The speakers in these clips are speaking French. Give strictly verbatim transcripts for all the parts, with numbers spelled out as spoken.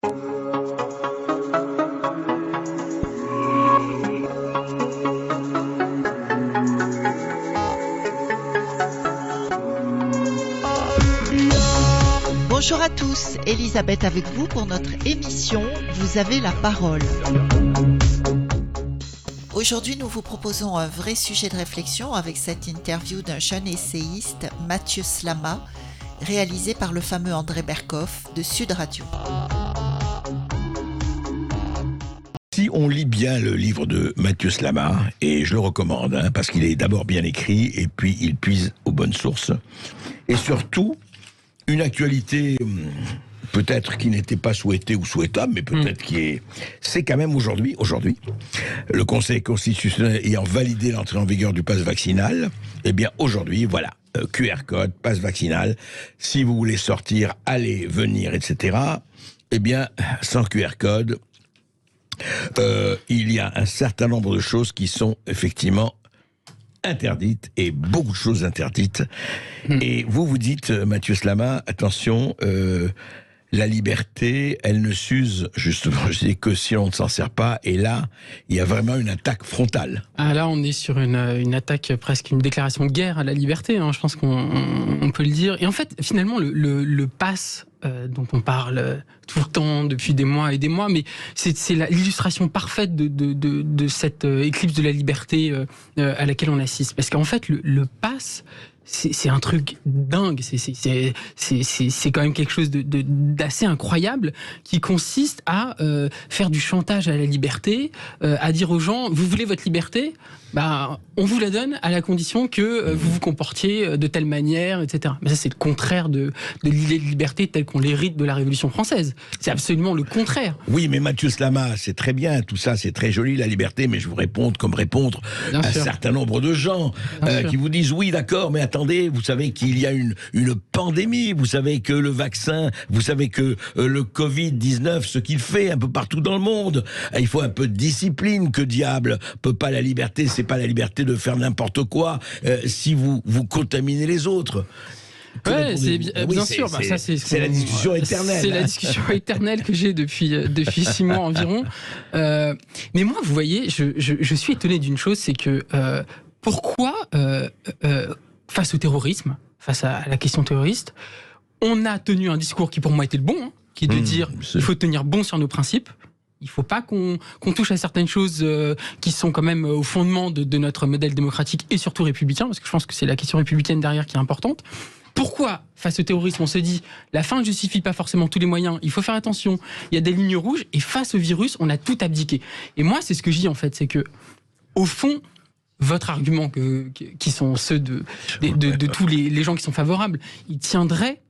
Bonjour à tous, Elisabeth avec vous pour notre émission Vous avez la parole. Aujourd'hui, nous vous proposons un vrai sujet de réflexion avec cette interview d'un jeune essayiste, Mathieu Slama, réalisé par le fameux André Berkoff de Sud Radio. Si on lit bien le livre de Mathieu Slama, et je le recommande, hein, parce qu'il est d'abord bien écrit, et puis il puise aux bonnes sources, et surtout, une actualité peut-être qui n'était pas souhaitée ou souhaitable, mais peut-être mmh. qui est... C'est quand même aujourd'hui, aujourd'hui, le Conseil constitutionnel ayant validé l'entrée en vigueur du pass vaccinal, eh bien aujourd'hui, voilà, euh, Q R code, pass vaccinal, si vous voulez sortir, aller, venir, et cetera, eh bien, sans Q R code, euh, il y a un certain nombre de choses qui sont effectivement interdites, et beaucoup de choses interdites. Mmh. Et vous vous dites, Mathieu Slama, attention, euh, la liberté, elle ne s'use, justement, je dis que si on ne s'en sert pas, et là, il y a vraiment une attaque frontale. Ah là, on est sur une, une attaque, presque une déclaration de guerre à la liberté, hein, je pense qu'on on, on peut le dire. Et en fait, finalement, le, le, le pass euh, dont on parle tout le temps, depuis des mois et des mois, mais c'est, c'est la, l'illustration parfaite de, de, de, de cette euh, éclipse de la liberté euh, euh, à laquelle on assiste. Parce qu'en fait, le, le pass... C'est, c'est un truc dingue, c'est, c'est, c'est, c'est, c'est, c'est quand même quelque chose de, de, d'assez incroyable qui consiste à euh, faire du chantage à la liberté, euh, à dire aux gens, vous voulez votre liberté ? Bah, on vous la donne à la condition que euh, vous vous comportiez de telle manière, et cetera. Mais ça, c'est le contraire de, de l'idée de liberté telle qu'on l'hérite de la Révolution française. C'est absolument le contraire. Oui, mais Mathieu Slama, c'est très bien, tout ça, c'est très joli, la liberté, mais je vous réponds comme répondre bien à sûr. Un certain nombre de gens euh, qui vous disent, oui, d'accord, mais attendez, vous savez qu'il y a une, une pandémie, vous savez que le vaccin, vous savez que euh, le covid dix-neuf, ce qu'il fait un peu partout dans le monde, il faut un peu de discipline, que diable peut pas la liberté, c'est pas la liberté de faire n'importe quoi euh, si vous, vous contaminez les autres. Ouais, c'est bien, oui, bien c'est, sûr. Bah, c'est, ça, c'est, c'est la discussion éternelle. C'est la discussion éternelle que j'ai depuis depuis six mois environ. Euh, mais moi, vous voyez, je, je, je suis étonné d'une chose, c'est que euh, pourquoi euh, euh, face au terrorisme, face à la question terroriste, on a tenu un discours qui pour moi était le bon, hein, qui est de mmh, dire c'est... il faut tenir bon sur nos principes. Il ne faut pas qu'on, qu'on touche à certaines choses euh, qui sont quand même au fondement de, de notre modèle démocratique et surtout républicain, parce que je pense que c'est la question républicaine derrière qui est importante. Pourquoi, face au terrorisme, on se dit la fin ne justifie pas forcément tous les moyens, il faut faire attention, il y a des lignes rouges, et face au virus, on a tout abdiqué. Et moi, c'est ce que je dis en fait, c'est que, au fond, votre argument, que, que, qui sont ceux de, de, de, de tous les, les gens qui sont favorables, il tiendrait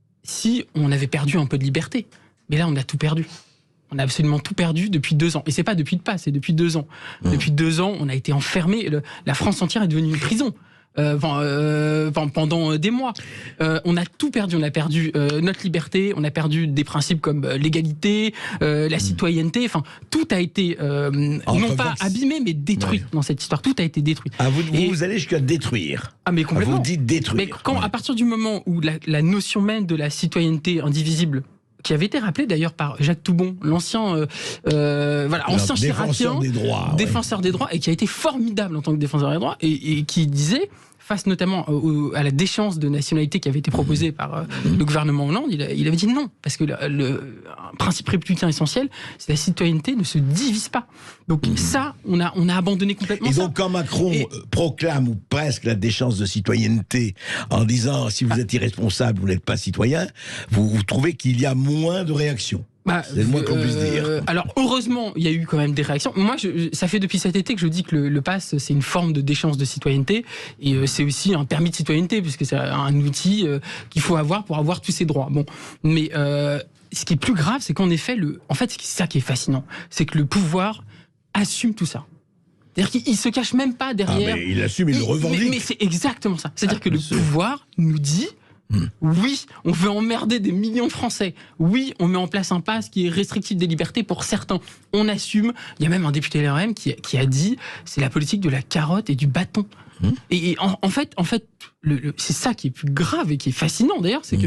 si on avait perdu un peu de liberté. Mais là, on a tout perdu. On a absolument tout perdu depuis deux ans. Et c'est pas depuis le pas, c'est depuis deux ans. Mmh. Depuis deux ans, on a été enfermés. Le, la France entière est devenue une prison. Euh, euh, pendant des mois. Euh, on a tout perdu. On a perdu euh, notre liberté, on a perdu des principes comme l'égalité, euh, la citoyenneté. Enfin, tout a été, euh, non pas abîmé, mais détruit ouais. dans cette histoire. Tout a été détruit. Ah, vous, vous, vous allez jusqu'à détruire. Ah, mais complètement. Ah, vous dites détruire. Mais quand, ouais. à partir du moment où la, la notion même de la citoyenneté indivisible, qui avait été rappelé d'ailleurs par Jacques Toubon, l'ancien, euh, euh, voilà, ancien chiracien, défenseur des droits, défenseur ouais. des droits, et qui a été formidable en tant que défenseur des droits, et, et qui disait, face notamment au, à la déchéance de nationalité qui avait été proposée par euh, le gouvernement Hollande, il, a, il avait dit non, parce que le, le un principe républicain essentiel, c'est la citoyenneté ne se divise pas. Donc mmh. ça, on a, on a abandonné complètement ça. Et ça. donc quand Macron et... proclame, ou presque, la déchéance de citoyenneté, en disant si vous ah. êtes irresponsable, vous n'êtes pas citoyen, vous, vous trouvez qu'il y a moins de réactions? Bah, c'est le moins qu'on puisse dire. Euh, alors, heureusement, il y a eu quand même des réactions. Moi, je, ça fait depuis cet été que je dis que le, le pass, c'est une forme de déchéance de citoyenneté. Et euh, c'est aussi un permis de citoyenneté, puisque c'est un outil euh, qu'il faut avoir pour avoir tous ses droits. Bon, mais euh, ce qui est plus grave, c'est qu'en effet, le, en fait, c'est ça qui est fascinant. C'est que le pouvoir assume tout ça. C'est-à-dire qu'il ne se cache même pas derrière... Ah, mais il assume, il, il le revendique. Mais, mais c'est exactement ça. C'est-à-dire ah, que le sûr. pouvoir nous dit... Mmh. Oui, on veut emmerder des millions de Français. Oui, on met en place un pass qui est restrictif des libertés pour certains. On assume. Il y a même un député L R M qui, qui a dit c'est la politique de la carotte et du bâton. Mmh. Et, et en, en fait, en fait le, le, c'est ça qui est plus grave et qui est fascinant d'ailleurs, c'est mmh. que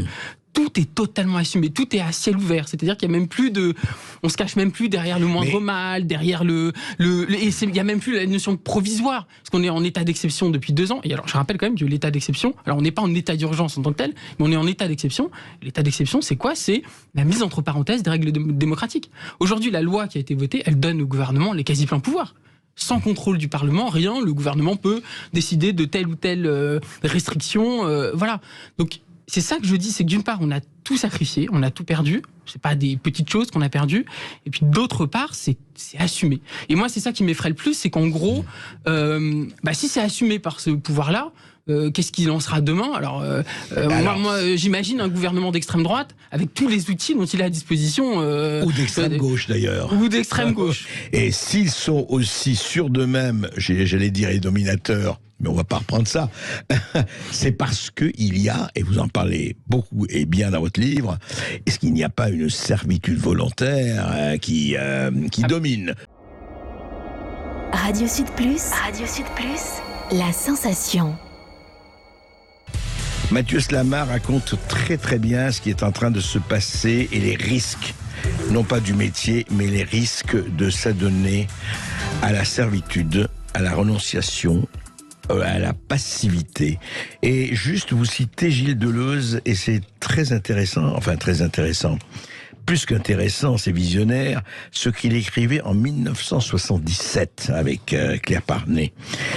tout est totalement assumé, tout est à ciel ouvert. C'est-à-dire qu'il y a même plus de, on se cache même plus derrière le moindre mais... mal, derrière le, le, le et il y a même plus la notion de provisoire, parce qu'on est en état d'exception depuis deux ans. Et alors, je rappelle quand même que l'état d'exception, alors on n'est pas en état d'urgence en tant que tel, mais on est en état d'exception. L'état d'exception, c'est quoi ? C'est la mise entre parenthèses des règles dé- démocratiques. Aujourd'hui, la loi qui a été votée, elle donne au gouvernement les quasi pleins pouvoirs. Sans contrôle du Parlement, rien. Le gouvernement peut décider de telle ou telle euh, restriction. Euh, voilà. Donc c'est ça que je dis, c'est que d'une part, on a tout sacrifié, on a tout perdu. C'est pas des petites choses qu'on a perdues. Et puis d'autre part, c'est, c'est assumé. Et moi, c'est ça qui m'effraie le plus, c'est qu'en gros, euh, bah, si c'est assumé par ce pouvoir-là, euh, qu'est-ce qu'il en sera demain ? Alors, euh, euh, Alors moi, moi, j'imagine un gouvernement d'extrême droite avec tous les outils dont il a à disposition. Euh, ou d'extrême euh, gauche d'ailleurs. Ou d'extrême gauche. Et s'ils sont aussi sûrs d'eux-mêmes, j'allais dire les dominateurs, mais on va pas reprendre ça, c'est parce qu'il y a, et vous en parlez beaucoup et bien dans votre livre, est-ce qu'il n'y a pas une servitude volontaire euh, qui, euh, qui ah. domine ? Radio Sud Plus, Radio Sud Plus, la sensation. Mathieu Slama raconte très très bien ce qui est en train de se passer et les risques, non pas du métier, mais les risques de s'adonner à la servitude, à la renonciation, à la passivité. Et juste vous citez Gilles Deleuze, et c'est très intéressant, enfin très intéressant, plus qu'intéressant, c'est visionnaire, ce qu'il écrivait en dix-neuf cent soixante-dix-sept avec euh, Claire Parnay.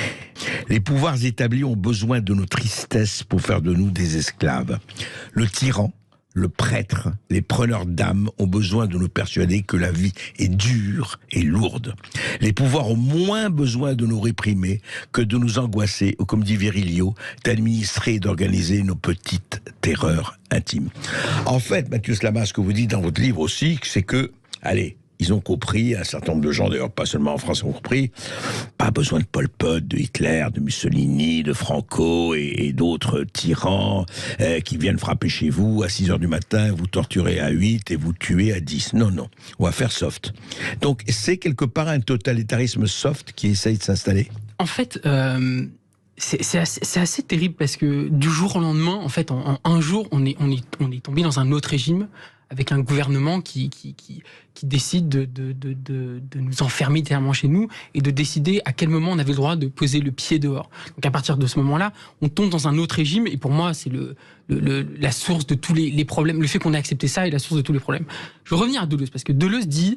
Les pouvoirs établis ont besoin de nos tristesses pour faire de nous des esclaves. Le tyran, le prêtre, les preneurs d'âme ont besoin de nous persuader que la vie est dure et lourde. Les pouvoirs ont moins besoin de nous réprimer que de nous angoisser, ou comme dit Virilio, d'administrer et d'organiser nos petites terreurs intimes. En fait, Mathieu Slama, ce que vous dites dans votre livre aussi, c'est que, allez, ils ont compris, un certain nombre de gens, d'ailleurs pas seulement en France, ont compris, pas besoin de Pol Pot, de Hitler, de Mussolini, de Franco et, et d'autres tyrans euh, qui viennent frapper chez vous à six heures du matin, vous torturez à huit et vous tuez à dix. Non, non, on va faire soft. Donc c'est quelque part un totalitarisme soft qui essaye de s'installer. En fait... Euh... C'est, c'est, assez, c'est assez terrible parce que du jour au lendemain, en fait, en, en un jour, on est, on, est, on est tombé dans un autre régime avec un gouvernement qui, qui, qui, qui décide de, de, de, de, de nous enfermer littéralement chez nous et de décider à quel moment on avait le droit de poser le pied dehors. Donc à partir de ce moment-là, on tombe dans un autre régime et pour moi, c'est le, le, le, la source de tous les, les problèmes. Le fait qu'on ait accepté ça est la source de tous les problèmes. Je veux revenir à Deleuze parce que Deleuze dit,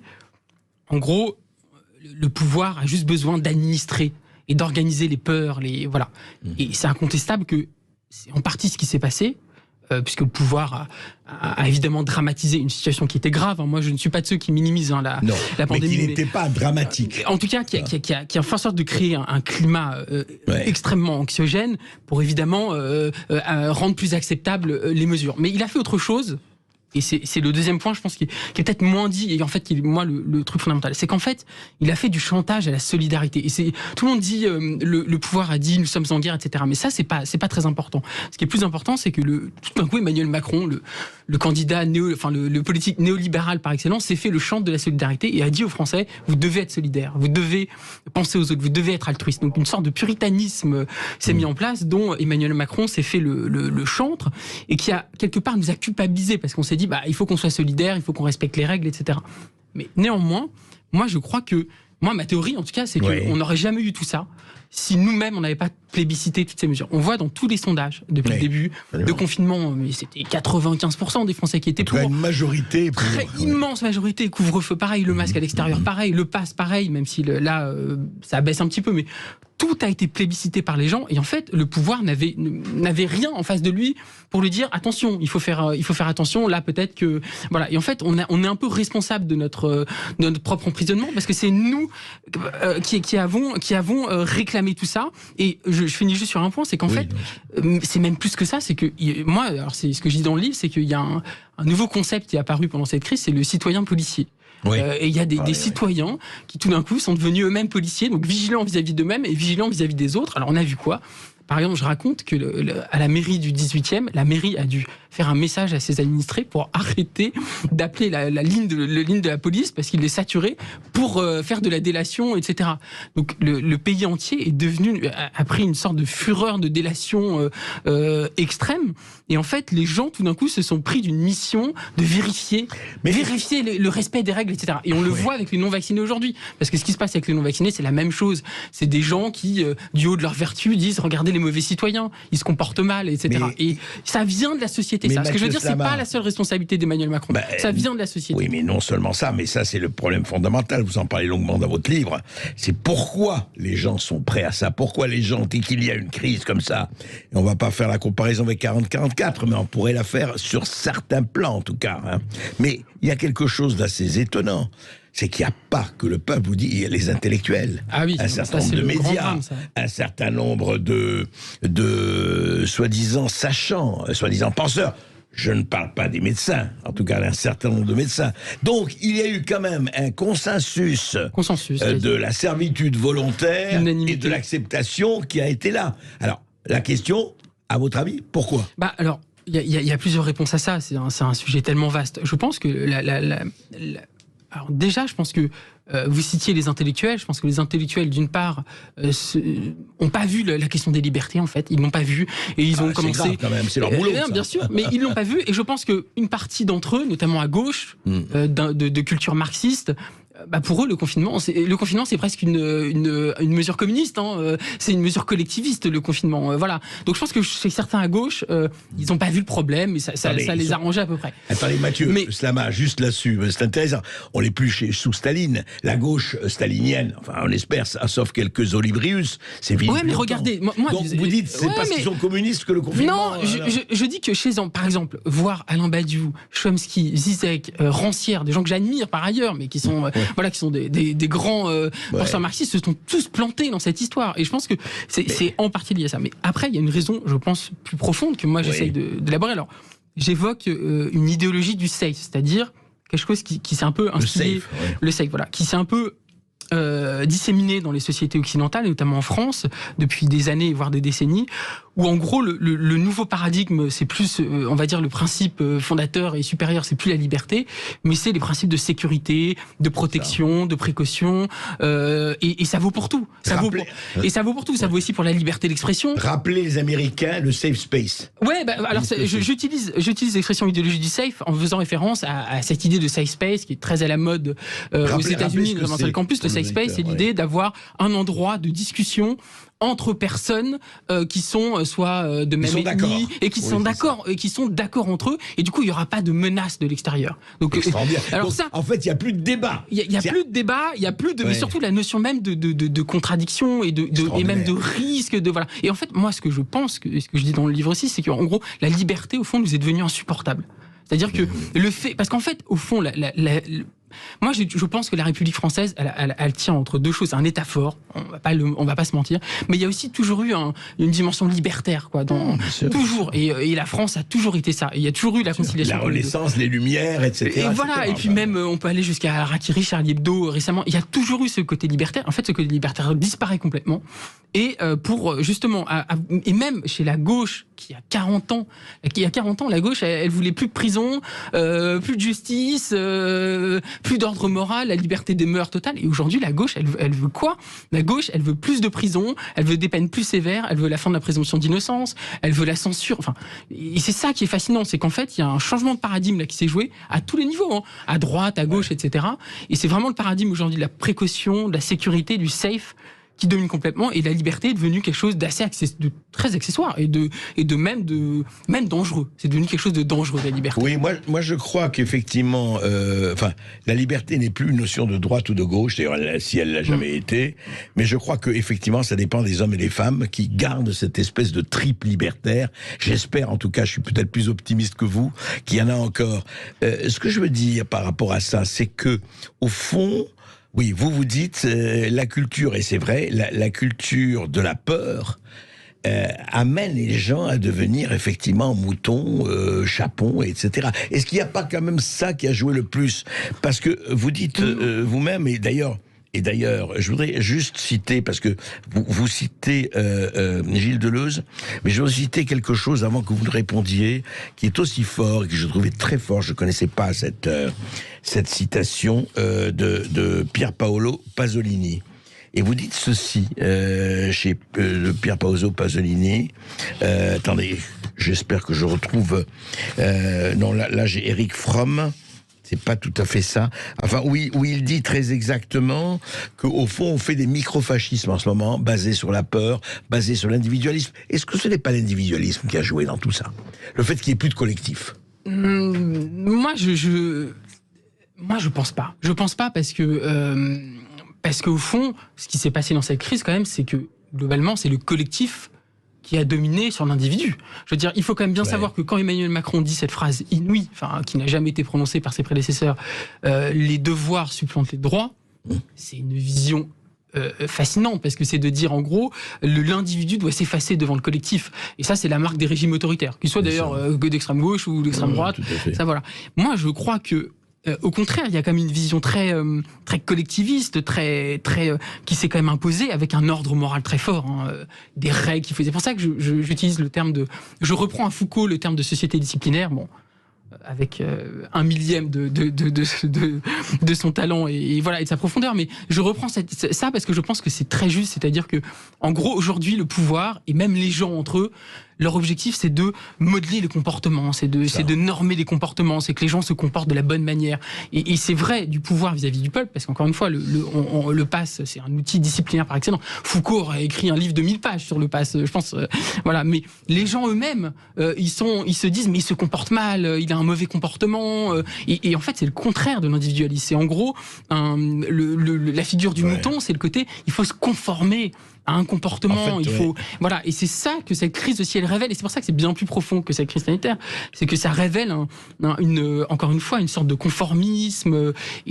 en gros, le pouvoir a juste besoin d'administrer et d'organiser les peurs, les voilà. Mmh. Et c'est incontestable que c'est en partie ce qui s'est passé, euh, puisque le pouvoir a, a, a évidemment dramatisé une situation qui était grave. Hein. Moi, je ne suis pas de ceux qui minimisent hein, la, non, la pandémie. Mais qui n'était mais, pas dramatique. En tout cas, qui a, qui a, qui a, qui a fait en sorte de créer un, un climat euh, ouais. extrêmement anxiogène pour évidemment euh, euh, rendre plus acceptables euh, les mesures. Mais il a fait autre chose. Et c'est, c'est le deuxième point, je pense, qui est, qui est peut-être moins dit, et en fait, qui est, moi, le, le truc fondamental, c'est qu'en fait, il a fait du chantage à la solidarité. Et c'est, tout le monde dit, euh, le, le pouvoir a dit, nous sommes en guerre, et cetera. Mais ça, c'est pas, c'est pas très important. Ce qui est plus important, c'est que le, tout d'un coup, Emmanuel Macron, le, le candidat néo, enfin, le, le politique néolibéral par excellence, s'est fait le chant de la solidarité et a dit aux Français, vous devez être solidaires, vous devez penser aux autres, vous devez être altruiste. Donc, une sorte de puritanisme s'est mis en place, dont Emmanuel Macron s'est fait le, le, le chantre, et qui a, quelque part, nous a culpabilisés, parce qu'on s'est dit, bah, il faut qu'on soit solidaire, il faut qu'on respecte les règles, et cetera. Mais néanmoins, moi, je crois que, moi, ma théorie, en tout cas, c'est oui. qu'on n'aurait jamais eu tout ça si nous-mêmes, on n'avait pas plébiscité toutes ces mesures. On voit dans tous les sondages, depuis oui. le début de confinement, mais c'était quatre-vingt-quinze pour cent des Français qui étaient pour. Une majorité. Pour... Très ouais. immense majorité. Couvre-feu, pareil. Le masque mmh. à l'extérieur, mmh. pareil. Le pass, pareil. Même si le, là, euh, ça baisse un petit peu, mais tout a été plébiscité par les gens. Et en fait, le pouvoir n'avait, n'avait rien en face de lui pour lui dire attention, il faut faire, il faut faire attention. Là, peut-être que voilà. Et en fait, on, a, on est un peu responsable de notre, de notre propre emprisonnement parce que c'est nous euh, qui, qui avons, qui avons euh, réclamé tout ça. Et je, je finis juste sur un point, c'est qu'en oui, fait, euh, c'est même plus que ça. C'est que moi, alors c'est ce que je dis dans le livre, c'est qu'il y a un, un nouveau concept qui est apparu pendant cette crise, c'est le citoyen policier. Oui. Euh, et il y a des, ah, des oui, citoyens oui. qui tout d'un coup sont devenus eux-mêmes policiers, donc vigilants vis-à-vis d'eux-mêmes et vigilants vis-à-vis des autres. Alors on a vu quoi ? par exemple, je raconte que le, le, à la mairie du dix-huitième, la mairie a dû faire un message à ses administrés pour arrêter d'appeler la, la, ligne de, la ligne de la police parce qu'il les saturait pour euh, faire de la délation, et cetera. Donc le, le pays entier est devenu, a, a pris une sorte de fureur de délation euh, euh, extrême. Et en fait, les gens, tout d'un coup, se sont pris d'une mission de vérifier, Mais vérifier le, le respect des règles, et cetera. Et on le ouais. voit avec les non-vaccinés aujourd'hui. Parce que ce qui se passe avec les non-vaccinés, c'est la même chose. C'est des gens qui, euh, du haut de leur vertu, disent « Regardez les mauvais citoyens, ils se comportent mal, et cetera » Mais, et ça vient de la société, ça. Ce que je veux dire, c'est pas la seule responsabilité d'Emmanuel Macron. Bah, ça vient de la société. Oui, mais non seulement ça, mais ça, c'est le problème fondamental. Vous en parlez longuement dans votre livre. C'est pourquoi les gens sont prêts à ça. Pourquoi les gens, dès qu'il y a une crise comme ça, et on va pas faire la comparaison avec quarante quarante-quatre, mais on pourrait la faire sur certains plans, en tout cas. Hein. Mais il y a quelque chose d'assez étonnant. C'est qu'il n'y a pas que le peuple, vous dit, il y a les intellectuels, ah oui, un certain nombre de médias, drame, un certain nombre de, de soi-disant sachants, soi-disant penseurs. Je ne parle pas des médecins, en tout cas un certain nombre de médecins. Donc il y a eu quand même un consensus, consensus euh, de la servitude volontaire Unanimité. Et de l'acceptation qui a été là. Alors la question, à votre avis, pourquoi ? Bah alors, il y, y, y a plusieurs réponses à ça. C'est un, c'est un sujet tellement vaste. Je pense que la, la, la, la Alors déjà, je pense que euh, vous citiez les intellectuels. Je pense que les intellectuels, d'une part, euh, n'ont pas vu le, la question des libertés, en fait. Ils l'ont pas vu et ils ah, ont commencé. C'est grave quand même, c'est leur boulot. Euh, non, bien sûr, mais ils l'ont pas vu. Et je pense qu'une partie d'entre eux, notamment à gauche, mm. euh, de, de culture marxiste. Bah pour eux, le confinement, c'est, le confinement, c'est presque une, une, une mesure communiste. Hein. C'est une mesure collectiviste, le confinement. Voilà. Donc je pense que chez certains à gauche, euh, ils n'ont pas vu le problème et ça, ça, Attendez, ça les arrangeait à peu près. Attendez, Mathieu, mais... Slama, juste là-dessus, c'est intéressant. On n'est plus chez, sous Staline. La gauche stalinienne, enfin, on espère, ça, sauf quelques Olibrius, c'est vite. Ouais, mais regardez. Moi, moi, Donc vous dites, c'est ouais, parce mais... qu'ils sont communistes que le confinement. Non, je, je, je dis que chez, par exemple, voir Alain Badiou, Chomsky, Zizek, euh, Rancière, des gens que j'admire par ailleurs, mais qui sont, euh, ouais. voilà, qui sont des, des des grands euh, ouais. penseurs marxistes se sont tous plantés dans cette histoire. Et je pense que c'est, mais... c'est en partie lié à ça. Mais après, il y a une raison, je pense, plus profonde que moi, j'essaye oui. de, d'élaborer. Alors, j'évoque euh, une idéologie du safe, c'est-à-dire quelque chose qui, qui s'est un peu instillé... Le safe, ouais. Le safe, voilà. Qui s'est un peu... Euh, disséminé dans les sociétés occidentales, et notamment en France, depuis des années, voire des décennies, où en gros, le, le, le nouveau paradigme, c'est plus, euh, on va dire, le principe fondateur et supérieur, c'est plus la liberté, mais c'est les principes de sécurité, de protection, de précaution, euh, et, et ça vaut pour tout. Ça Rappelez, vaut pour, et ça vaut pour tout. Ça vaut aussi pour la liberté d'expression. Rappelez les Américains le safe space. Ouais, bah, alors je, j'utilise, j'utilise l'expression idéologie du safe en faisant référence à, à cette idée de safe space qui est très à la mode euh, aux États-Unis, notamment sur le campus. Le safe space, c'est l'idée ouais. d'avoir un endroit de discussion entre personnes euh, qui sont euh, soit euh, de même ethnie et qui oui, sont d'accord et qui sont d'accord entre eux, et du coup il y aura pas de menace de l'extérieur. Donc, euh, alors Donc, ça, en fait, il y a plus de débat. Il y a, y a plus de débat, il y a plus de, ouais. mais surtout la notion même de de, de, de contradiction et de, de et même de risque de voilà. Et en fait, moi, ce que je pense, que, ce que je dis dans le livre aussi, c'est qu'en gros, la liberté au fond nous est devenue insupportable. C'est-à-dire que mmh. le fait, parce qu'en fait, au fond, la, la, la, moi, je, je pense que la République française, elle, elle, elle tient entre deux choses. Un État fort, on va pas, le, on va pas se mentir, mais il y a aussi toujours eu un, une dimension libertaire, quoi. Dans, mmh, toujours. Et, et la France a toujours été ça. Et il y a toujours eu la conciliation. La Renaissance, les Lumières, et cetera. Et voilà. et cetera. Et puis même, on peut aller jusqu'à Harakiri, Charlie Hebdo récemment. Il y a toujours eu ce côté libertaire. En fait, ce côté libertaire disparaît complètement. Et euh, pour justement, à, à, et même chez la gauche, qui a quarante ans, qui a quarante ans, la gauche, elle, elle voulait plus de prison, euh, plus de justice, euh, plus d'ordre moral, la liberté des mœurs totale. Et aujourd'hui, la gauche, elle, elle veut quoi ? La gauche, elle veut plus de prison, elle veut des peines plus sévères, elle veut la fin de la présomption d'innocence, elle veut la censure. Enfin, et c'est ça qui est fascinant, c'est qu'en fait, il y a un changement de paradigme là qui s'est joué à tous les niveaux, hein, à droite, à gauche, ouais. et cetera. Et c'est vraiment le paradigme aujourd'hui de la précaution, de la sécurité, du safe, qui domine complètement, et la liberté est devenue quelque chose d'assez access- de très accessoire et de et de même de même dangereux. C'est devenu quelque chose de dangereux, la liberté. Oui, moi moi je crois qu'effectivement, euh, enfin la liberté n'est plus une notion de droite ou de gauche, d'ailleurs si elle l'a jamais mmh. été, mais je crois que effectivement ça dépend des hommes et des femmes qui gardent cette espèce de triple libertaire. J'espère, en tout cas, je suis peut-être plus optimiste que vous, qu'il y en a encore. Euh, ce que je veux dire par rapport à ça, c'est que au fond, oui, vous vous dites, euh, la culture, et c'est vrai, la, la culture de la peur euh, amène les gens à devenir effectivement moutons, euh, chapons, et cetera. Est-ce qu'il n'y a pas quand même ça qui a joué le plus ? Parce que vous dites euh, vous-même, et d'ailleurs, Et d'ailleurs, je voudrais juste citer, parce que vous, vous citez euh, euh, Gilles Deleuze, mais je voudrais citer quelque chose avant que vous ne répondiez, qui est aussi fort et que je trouvais très fort. Je ne connaissais pas cette, euh, cette citation euh, de, de Pier Paolo Pasolini. Et vous dites ceci, euh, chez euh, Pier Paolo Pasolini. Euh, attendez, j'espère que je retrouve... Euh, non, là, là j'ai Eric Fromm. C'est pas tout à fait ça. Enfin, oui, où il dit très exactement qu'au fond, on fait des microfascismes en ce moment, basés sur la peur, basés sur l'individualisme. Est-ce que ce n'est pas l'individualisme qui a joué dans tout ça ? Le fait qu'il n'y ait plus de collectif ? Mmh, Moi, je, je... Moi, je pense pas. Je pense pas parce que... Euh... Parce qu'au fond, ce qui s'est passé dans cette crise, quand même, c'est que, globalement, c'est le collectif qui a dominé sur l'individu. Je veux dire, il faut quand même bien ouais. savoir que quand Emmanuel Macron dit cette phrase inouïe, enfin, qui n'a jamais été prononcée par ses prédécesseurs, euh, les devoirs supplantent les droits, mmh. c'est une vision euh, fascinante, parce que c'est de dire, en gros, le, l'individu doit s'effacer devant le collectif. Et ça, c'est la marque des régimes autoritaires, qu'ils soient d'ailleurs euh, d'extrême gauche ou d'extrême mmh, droite. Ça, voilà. Moi, je crois que Euh, au contraire, il y a quand même une vision très, euh, très collectiviste, très, très, euh, qui s'est quand même imposée avec un ordre moral très fort, hein, euh, des règles qu'il faut. C'est pour ça que je, je, j'utilise le terme de. Je reprends à Foucault le terme de société disciplinaire. Bon. Avec euh, un millième de, de, de, de, de, de son talent et, et, voilà, et de sa profondeur. Mais je reprends cette, ça parce que je pense que c'est très juste. C'est-à-dire que, en gros, aujourd'hui, le pouvoir, et même les gens entre eux, leur objectif, c'est de modeler les comportements, c'est de, c'est de normer les comportements, c'est que les gens se comportent de la bonne manière. Et, et c'est vrai du pouvoir vis-à-vis du peuple, parce qu'encore une fois, le, le, on, on, le pass, c'est un outil disciplinaire par excellence. Foucault aurait écrit un livre de mille pages sur le pass, je pense. Euh, voilà. Mais les gens eux-mêmes, euh, ils, sont, ils se disent, mais il se comporte mal, euh, il a un mauvais comportement. Euh, et, et en fait, c'est le contraire de l'individualisme. C'est en gros, un, le, le, la figure du ouais. mouton, c'est le côté, il faut se conformer à un comportement, en fait, il faut, ouais. voilà, et c'est ça que cette crise aussi elle révèle, et c'est pour ça que c'est bien plus profond que cette crise sanitaire, c'est que ça révèle un, un, une, encore une fois une sorte de conformisme et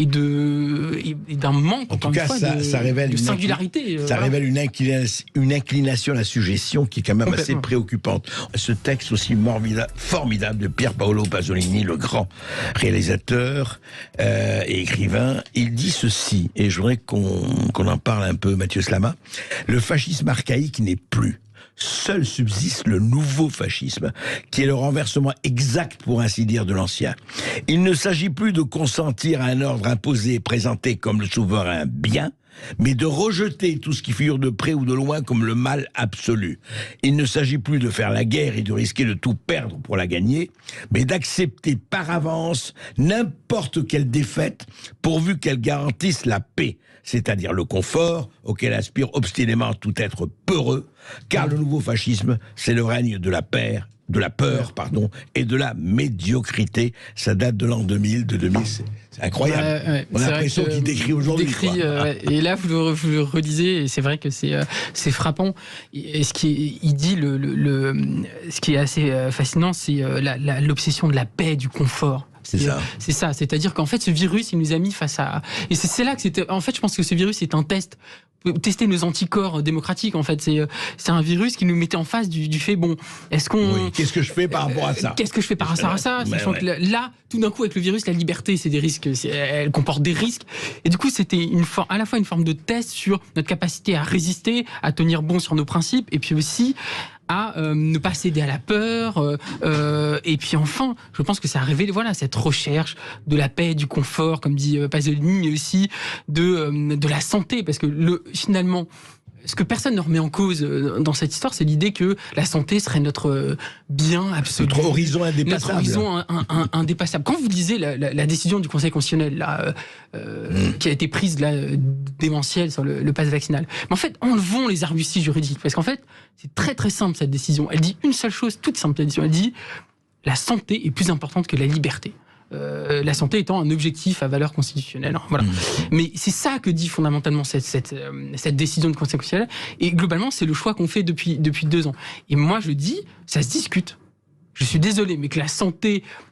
de et, et d'un manque, en tout cas, fois, ça, de, ça révèle de une singularité. Inclin... Euh, ça voilà. révèle une inclination, une inclination à la suggestion qui est quand même assez préoccupante. Ce texte aussi morbida, formidable de Pier Paolo Pasolini, le grand réalisateur euh, et écrivain, il dit ceci, et je voudrais qu'on, qu'on en parle un peu, Mathieu Slama. Le fascisme archaïque n'est plus. Seul subsiste le nouveau fascisme, qui est le renversement exact, pour ainsi dire, de l'ancien. Il ne s'agit plus de consentir à un ordre imposé et présenté comme le souverain bien, mais de rejeter tout ce qui figure de près ou de loin comme le mal absolu. Il ne s'agit plus de faire la guerre et de risquer de tout perdre pour la gagner, mais d'accepter par avance n'importe quelle défaite, pourvu qu'elle garantisse la paix, c'est-à-dire le confort auquel aspire obstinément tout être peureux, car le nouveau fascisme, c'est le règne de la paix, de la peur, pardon, et de la médiocrité. Ça date de l'an deux mille, de deux mille, c'est, c'est incroyable. Ouais, ouais, On a l'impression qu'il décrit aujourd'hui. Décrit, euh, et là, vous le, vous le relisez, et c'est vrai que c'est, euh, c'est frappant. Et ce qui, il dit, le, le, le, ce qui est assez fascinant, c'est euh, la, la, l'obsession de la paix, du confort. C'est ça. C'est ça. C'est-à-dire qu'en fait, ce virus, il nous a mis face à. Et c'est, c'est là que c'était. En fait, je pense que ce virus est un test. Tester nos anticorps démocratiques, en fait. C'est, c'est un virus qui nous mettait en face du, du fait, bon, est-ce qu'on. Oui. Qu'est-ce que je fais par rapport à ça ? Qu'est-ce que je fais par rapport à ça ? Sachant ouais. que là, tout d'un coup, avec le virus, la liberté, c'est des risques. C'est, elle comporte des risques. Et du coup, c'était une for- à la fois une forme de test sur notre capacité à résister, à tenir bon sur nos principes, et puis aussi à euh, ne pas céder à la peur. Euh, euh, et puis enfin, je pense que ça a révélé voilà, cette recherche de la paix, du confort, comme dit euh, Pasolini, mais aussi de, euh, de la santé. Parce que le, finalement, ce que personne ne remet en cause dans cette histoire, c'est l'idée que la santé serait notre bien absolu. Notre horizon indépassable. Notre horizon un, un, un, indépassable. Quand vous lisez la, la, la décision du Conseil constitutionnel là, euh, mmh. qui a été prise là, démentielle sur le, le pass vaccinal, mais en fait, enlevons les arguties juridiques. Parce qu'en fait, c'est très très simple cette décision. Elle dit une seule chose, toute simple cette décision. Elle dit la santé est plus importante que la liberté. Euh, la santé étant un objectif à valeur constitutionnelle. Voilà. Mmh. Mais c'est ça que dit fondamentalement cette, cette, euh, cette décision de Conseil constitutionnel. Et globalement, c'est le choix qu'on fait depuis, depuis deux ans. Et moi, je dis, ça se discute. Je suis désolé, mais que la santé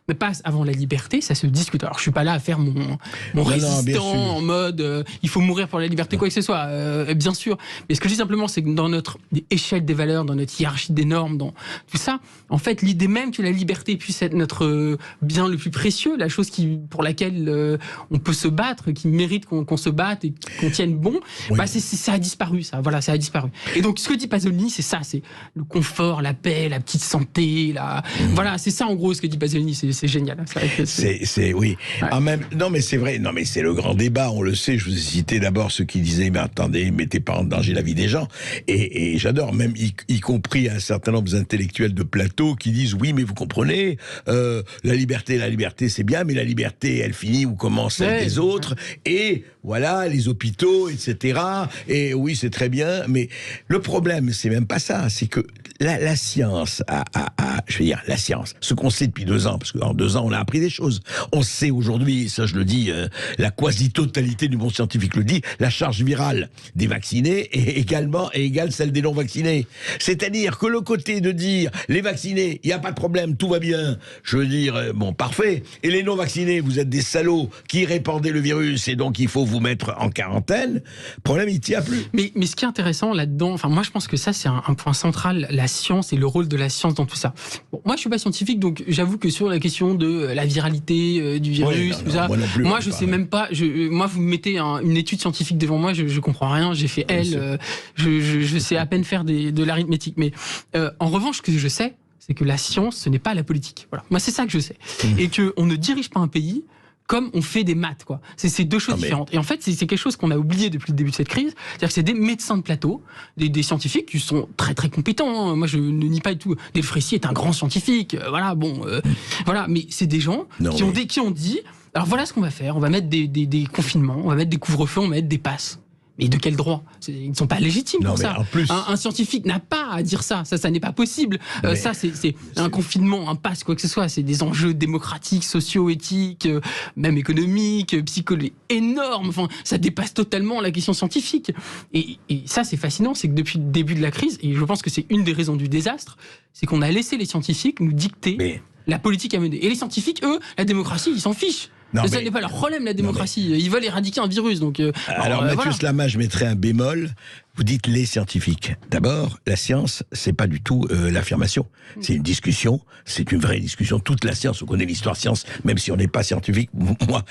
passe avant la liberté, ça se discute. Alors je suis pas là à faire mon, mon non, résistant non, en mode euh, il faut mourir pour la liberté, quoi que ce soit, euh, bien sûr. Mais ce que je dis simplement, c'est que dans notre échelle des valeurs, dans notre hiérarchie des normes, dans tout ça, en fait, l'idée même que la liberté puisse être notre bien le plus précieux, la chose qui, pour laquelle euh, on peut se battre, qui mérite qu'on, qu'on se batte et qu'on tienne bon, oui. bah c'est, c'est, ça a disparu, ça. Voilà, ça a disparu. Et donc ce que dit Pasolini, c'est ça, c'est le confort, la paix, la petite santé, la... Mmh. Voilà, c'est ça en gros ce que dit Pasolini. C'est C'est génial. C'est, c'est, c'est oui. Ouais. En même, non, mais c'est vrai. Non, mais c'est le grand débat. On le sait. Je vous ai cité d'abord ceux qui disaient, mais attendez, mettez pas en danger la vie des gens. Et, et j'adore, même y, y compris un certain nombre d'intellectuels de plateau qui disent, oui, mais vous comprenez, euh, la liberté, la liberté, c'est bien, mais la liberté, elle finit ou commence celle ouais, des autres. Et voilà, les hôpitaux, et cetera. Et oui, c'est très bien. Mais le problème, c'est même pas ça. C'est que la, la science, a, a, a, je veux dire, la science, ce qu'on sait depuis deux ans, parce que en deux ans, on a appris des choses. On sait aujourd'hui, ça je le dis, euh, la quasi-totalité du monde scientifique le dit, la charge virale des vaccinés est également est égale celle des non-vaccinés. C'est-à-dire que le côté de dire, les vaccinés, il n'y a pas de problème, tout va bien, je veux dire, euh, bon, parfait, et les non-vaccinés, vous êtes des salauds qui répandez le virus, et donc il faut vous mettre en quarantaine, le problème, il ne tient plus. Mais, mais ce qui est intéressant là-dedans, enfin, moi je pense que ça, c'est un, un point central, la science et le rôle de la science dans tout ça. Bon, moi, je ne suis pas scientifique, donc j'avoue que sur la question de la viralité euh, du virus, oui, non, tout non, ça. Moi, non plus, moi je sais même pas. Je, moi, vous me mettez un, une étude scientifique devant moi, je, je comprends rien. J'ai fait L, euh, je, je, je sais à peine faire des, de l'arithmétique. Mais euh, en revanche, ce que je sais, c'est que la science, ce n'est pas la politique. Voilà. Moi, c'est ça que je sais, mmh. et que on ne dirige pas un pays comme on fait des maths, quoi. C'est, c'est deux choses ah, différentes. Mais... Et en fait, c'est, c'est quelque chose qu'on a oublié depuis le début de cette crise. C'est-à-dire que c'est des médecins de plateau, des, des scientifiques qui sont très très compétents. Hein. Moi, je ne nie pas du tout. Delfrécy est un grand scientifique. Euh, voilà, bon, euh, voilà. Mais c'est des gens non, qui, mais... ont des, qui ont dit, alors voilà ce qu'on va faire. On va mettre des, des, des confinements, on va mettre des couvre-feux, on va mettre des passes. Mais de quel droit ? Ils ne sont pas légitimes non, pour ça. En plus... un, un scientifique n'a pas à dire ça. Ça, ça n'est pas possible. Mais... Euh, ça, c'est, c'est, c'est un confinement, un pass, quoi que ce soit. C'est des enjeux démocratiques, socio-éthiques, euh, même économiques, psychologiques énormes. Enfin, ça dépasse totalement la question scientifique. Et, et ça, c'est fascinant. C'est que depuis le début de la crise, et je pense que c'est une des raisons du désastre, c'est qu'on a laissé les scientifiques nous dicter Mais... la politique à mener. Et les scientifiques, eux, la démocratie, ils s'en fichent. Non, ça mais... n'est pas leur problème, la démocratie. Mais... Ils veulent éradiquer un virus. Donc, euh, alors, alors euh, Mathieu voilà. Slama, je mettrais un bémol. Vous dites les scientifiques. D'abord, la science, c'est pas du tout euh, l'affirmation. C'est une discussion, c'est une vraie discussion. Toute la science, on connaît l'histoire science, même si on n'est pas scientifique, moi,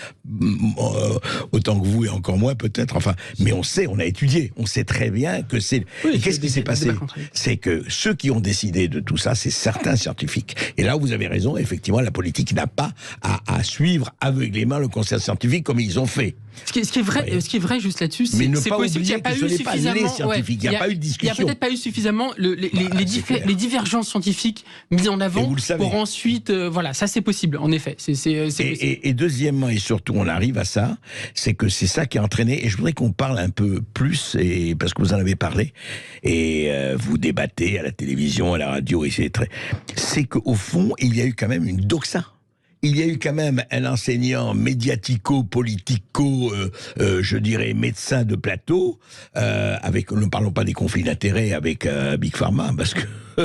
euh, autant que vous et encore moins peut-être, enfin, mais on sait, on a étudié, on sait très bien que c'est... Oui, et qu'est-ce qui s'est passé ? C'est que ceux qui ont décidé de tout ça, c'est certains scientifiques. Et là où vous avez raison, effectivement, la politique n'a pas à, à suivre aveuglément le conseil scientifique comme ils ont fait. Ce qui est, ce qui est vrai, oui. ce qui est vrai juste là-dessus, c'est, mais c'est possible qu'il n'y a pas eu suffisamment. Ouais, il n'y a, a pas eu de discussion. Il n'y a peut-être pas eu suffisamment le, les, bah, les, diffé- les divergences scientifiques mises en avant pour ensuite, euh, voilà, ça c'est possible, en effet. C'est, c'est, c'est et, et, et deuxièmement, et surtout, on arrive à ça, c'est que c'est ça qui a entraîné. Et je voudrais qu'on parle un peu plus, et parce que vous en avez parlé, et euh, vous débattez à la télévision, à la radio, et c'est très. C'est qu'au fond, il y a eu quand même une doxa. Il y a eu quand même un enseignant médiatico-politico, euh, euh, je dirais médecin de plateau, euh, avec, ne parlons pas des conflits d'intérêts avec euh, Big Pharma, parce que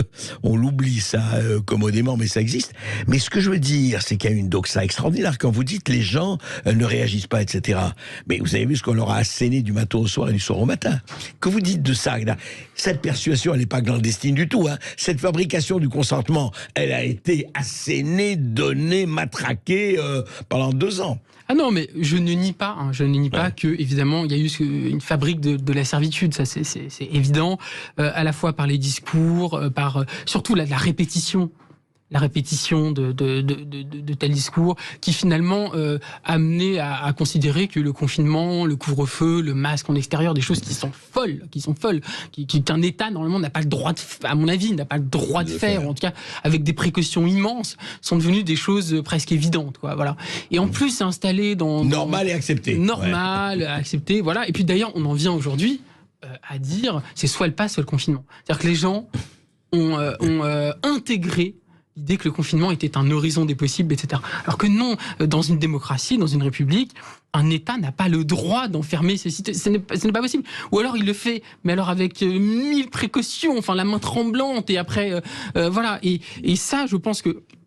on l'oublie ça euh, commodément, mais ça existe. Mais ce que je veux dire, c'est qu'il y a une doxa extraordinaire. Quand vous dites les gens euh, ne réagissent pas, et cetera. Mais vous avez vu ce qu'on leur a asséné du matin au soir et du soir au matin. Que vous dites de ça, là, cette persuasion, elle n'est pas clandestine du tout. Hein. Cette fabrication du consentement, elle a été assénée, donnée, matraquée euh, pendant deux ans. Ah non, mais je ne nie pas, hein, je ne nie pas ouais. que évidemment il y a eu une fabrique de, de la servitude, ça c'est, c'est, c'est évident, euh, à la fois par les discours, euh, par euh, surtout la, la répétition. La répétition de, de, de, de, de tels discours qui finalement euh, amenaient à, à considérer que le confinement, le couvre-feu, le masque en extérieur, des choses qui sont folles, qui sont folles, qui, qui, qu'un État normalement n'a pas le droit, de, à mon avis, n'a pas le droit de, de faire, faire, ou en tout cas avec des précautions immenses, sont devenues des choses presque évidentes, quoi. Voilà. Et en plus, c'est installé dans, dans normal et accepté, normal, ouais. accepté, voilà. Et puis d'ailleurs, on en vient aujourd'hui euh, à dire, c'est soit le pass, soit le confinement. C'est-à-dire que les gens ont, euh, ont euh, intégré l'idée que le confinement était un horizon des possibles, et cetera. Alors que non, dans une démocratie, dans une république, un État n'a pas le droit d'enfermer ses citoyens. Ce n'est, ce n'est pas possible. Ou alors il le fait, mais alors avec euh, mille précautions, enfin la main tremblante, et après, euh, euh, voilà. Et, et ça, je pense que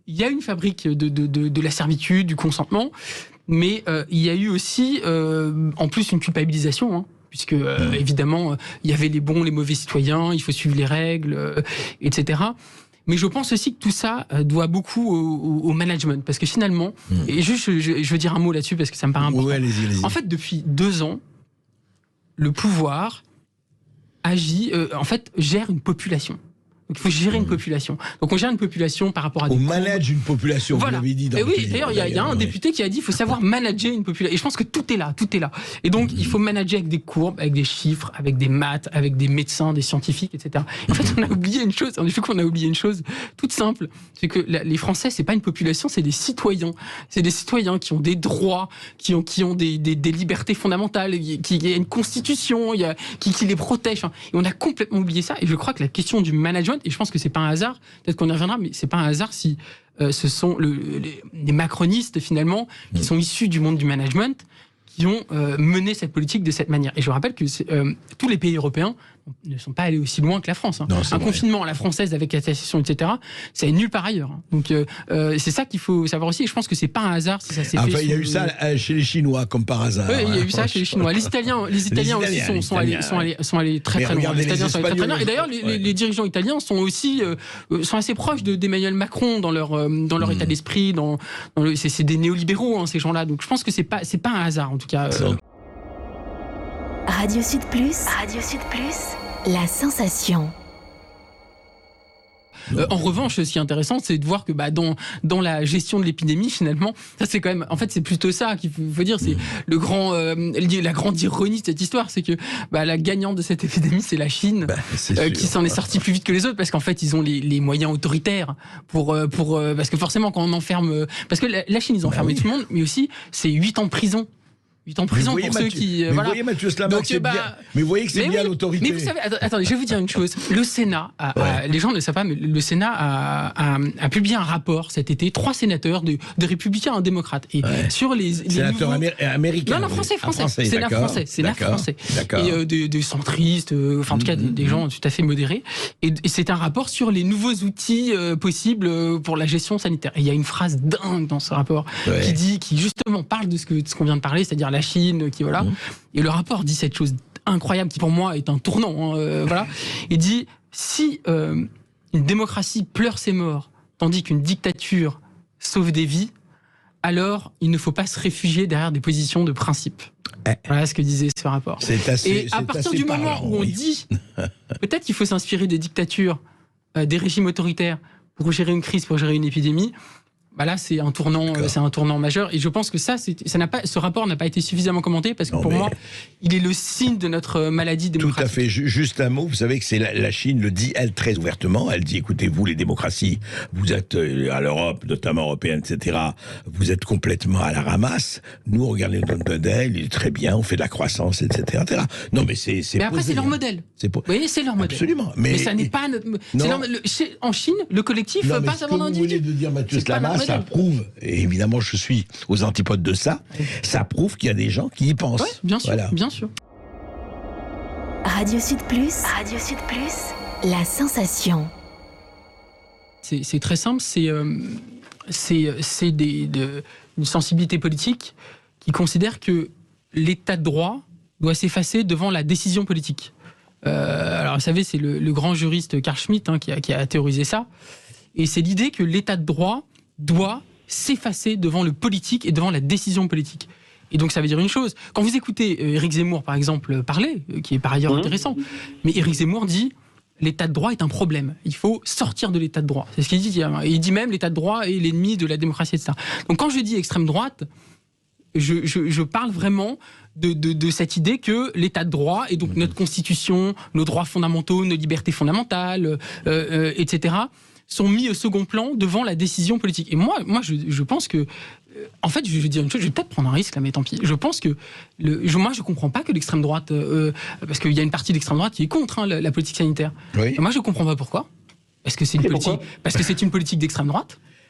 il y a une fabrique de, de, de, de la servitude, du consentement, mais euh, il y a eu aussi, euh, en plus, une culpabilisation, hein, puisque, euh, mmh. évidemment, il y avait les bons, les mauvais citoyens, il faut suivre les règles, euh, et cetera. Mais je pense aussi que tout ça doit beaucoup au, au management, parce que finalement, mmh. et juste, je, je, je veux dire un mot là-dessus, parce que ça me paraît important. Oui, allez-y, allez-y. En fait, depuis deux ans, le pouvoir agit, euh, en fait, gère une population. Donc, il faut gérer une population. Donc, on gère une population par rapport à... On des manage courbes. Une population, voilà. vous l'avez dit dans et le oui, livre. D'ailleurs, il y a, y a un oui. député qui a dit qu'il faut savoir manager une population. Et je pense que tout est là, tout est là. Et donc, mmh. il faut manager avec des courbes, avec des chiffres, avec des maths, avec des médecins, des scientifiques, et cetera. Et en fait, on a oublié une chose, en effet, qu'on a oublié une chose toute simple, c'est que la, les Français, c'est pas une population, c'est des citoyens. C'est des citoyens qui ont des droits, qui ont, qui ont des, des, des libertés fondamentales, qui, il y a une constitution, il y a, qui, qui les protège. Et on a complètement oublié ça. Et je crois que la question du management, et je pense que c'est pas un hasard, peut-être qu'on y reviendra, mais c'est pas un hasard si euh, ce sont le, les, les macronistes finalement qui sont issus du monde du management qui ont euh, mené cette politique de cette manière. Et je rappelle que euh, tous les pays européens ne sont pas allés aussi loin que la France. Hein. Non, un vrai. Confinement à la française avec attestation, et cetera, ça est nulle part ailleurs. Donc euh, euh, c'est ça qu'il faut savoir aussi. Et je pense que c'est pas un hasard si ça s'est enfin, fait. Il y a eu ça euh, chez les Chinois, comme par hasard. Oui, il y a eu ça chez les Chinois. Les Italiens, les Italiens les aussi Italiens, sont, les sont, Italiens, allés, sont, allés, sont allés très très loin. Les Italiens sont allés très très loin. Et d'ailleurs, les, ouais. les dirigeants italiens sont aussi euh, sont assez proches de, d'Emmanuel Macron dans leur euh, dans leur mmh. état d'esprit. Dans, dans le, c'est, c'est des néolibéraux, hein, ces gens-là. Donc je pense que c'est pas c'est pas un hasard en tout cas. Euh, Radio Sud Plus, Radio Sud Plus, la sensation. Euh, en revanche, ce qui est intéressant, c'est de voir que bah, dans, dans la gestion de l'épidémie, finalement, ça c'est quand même, en fait, c'est plutôt ça qu'il faut, faut dire, c'est mmh. le grand, euh, la grande ironie de cette histoire, c'est que bah, la gagnante de cette épidémie, c'est la Chine, bah, c'est euh, qui s'en est sortie plus vite que les autres, parce qu'en fait, ils ont les, les moyens autoritaires pour, pour, euh, parce que forcément, quand on enferme, parce que la, la Chine, ils ont bah, enfermé oui. tout le monde, mais aussi, c'est huit ans de prison. huit ans de prison pour Mathieu, ceux qui. Mais voilà. vous voyez, Mathieu Slama, Donc, c'est bah, bien. Mais vous voyez que c'est bien oui, l'autorité. Mais vous savez, attendez, je vais vous dire une chose. Le Sénat, a, ouais. a, les gens ne le savent pas, mais le Sénat a, a, a publié un rapport cet été, trois sénateurs de, de républicains et un démocrate. Et ouais. sur les. les sénateurs nouveaux... améri- américains. Non, non, français, français. français Sénat français. Sénat français. D'accord. Et euh, des, des centristes, euh, enfin, en tout cas, mmh, des, des gens tout à fait modérés. Et, et c'est un rapport sur les nouveaux outils euh, possibles pour la gestion sanitaire. Et il y a une phrase dingue dans ce rapport ouais. qui dit, qui justement parle de ce, que, de ce qu'on vient de parler, c'est-à-dire la Chine, qui voilà. Mmh. Et le rapport dit cette chose incroyable qui pour moi est un tournant. Hein, euh, voilà. Il dit si euh, une démocratie pleure ses morts, tandis qu'une dictature sauve des vies, alors il ne faut pas se réfugier derrière des positions de principe. Eh. Voilà ce que disait ce rapport. C'est assez, Et à c'est partir assez du parlant, moment où on oui. dit peut-être qu'il faut s'inspirer des dictatures, euh, des régimes autoritaires pour gérer une crise, pour gérer une épidémie. Bah là, c'est un tournant, euh, c'est un tournant majeur, et je pense que ça, c'est, ça n'a pas, ce rapport n'a pas été suffisamment commenté parce que non, pour moi, il est le signe de notre maladie démocratique. Tout à fait. Juste un mot, vous savez que c'est la, la Chine le dit elle très ouvertement. Elle dit écoutez, vous les démocraties, vous êtes à l'Europe, notamment européenne, et cetera. Vous êtes complètement à la ramasse. Nous, regardez notre modèle, il est très bien, on fait de la croissance, et cetera, et cetera. Non, mais c'est, c'est. Mais après, posé, c'est leur hein. modèle. C'est pour... Vous voyez, c'est leur modèle. Absolument. Mais, mais ça n'est pas notre. C'est leur... le... Chez... En Chine, le collectif non, passe avant l'individu. Ce que vous venez de dire, Mathieu Slama, ça prouve, et évidemment je suis aux antipodes de ça, ça prouve qu'il y a des gens qui y pensent. Oui, bien sûr, voilà. bien sûr. Radio Sud Plus, Radio Sud Plus, la sensation. C'est, c'est très simple, c'est, euh, c'est, c'est des, de, une sensibilité politique qui considère que l'état de droit doit s'effacer devant la décision politique. Euh, alors vous savez, c'est le, le grand juriste Carl Schmitt hein, qui, a, qui a théorisé ça, et c'est l'idée que l'état de droit doit s'effacer devant le politique et devant la décision politique. Et donc ça veut dire une chose. Quand vous écoutez euh, Éric Zemmour, par exemple, parler, euh, qui est par ailleurs mmh. intéressant, mais Éric Zemmour dit l'état de droit est un problème. Il faut sortir de l'état de droit. C'est ce qu'il dit. Et il dit même l'état de droit est l'ennemi de la démocratie, et cetera. Donc quand je dis extrême droite, je, je, je parle vraiment de, de, de cette idée que l'état de droit et donc mmh. notre constitution, nos droits fondamentaux, nos libertés fondamentales, euh, euh, et cetera, sont mis au second plan devant la décision politique. Et moi, moi je, je pense que... Euh, en fait, je vais dire une chose, je vais peut-être prendre un risque là, mais tant pis. Je pense que... Le, je, moi, je ne comprends pas que l'extrême droite... Euh, parce qu'il y a une partie de l'extrême droite qui est contre hein, la, la politique sanitaire. Oui. Et moi, je ne comprends pas pourquoi. Parce que c'est une, politique, parce que c'est une politique d'extrême droite.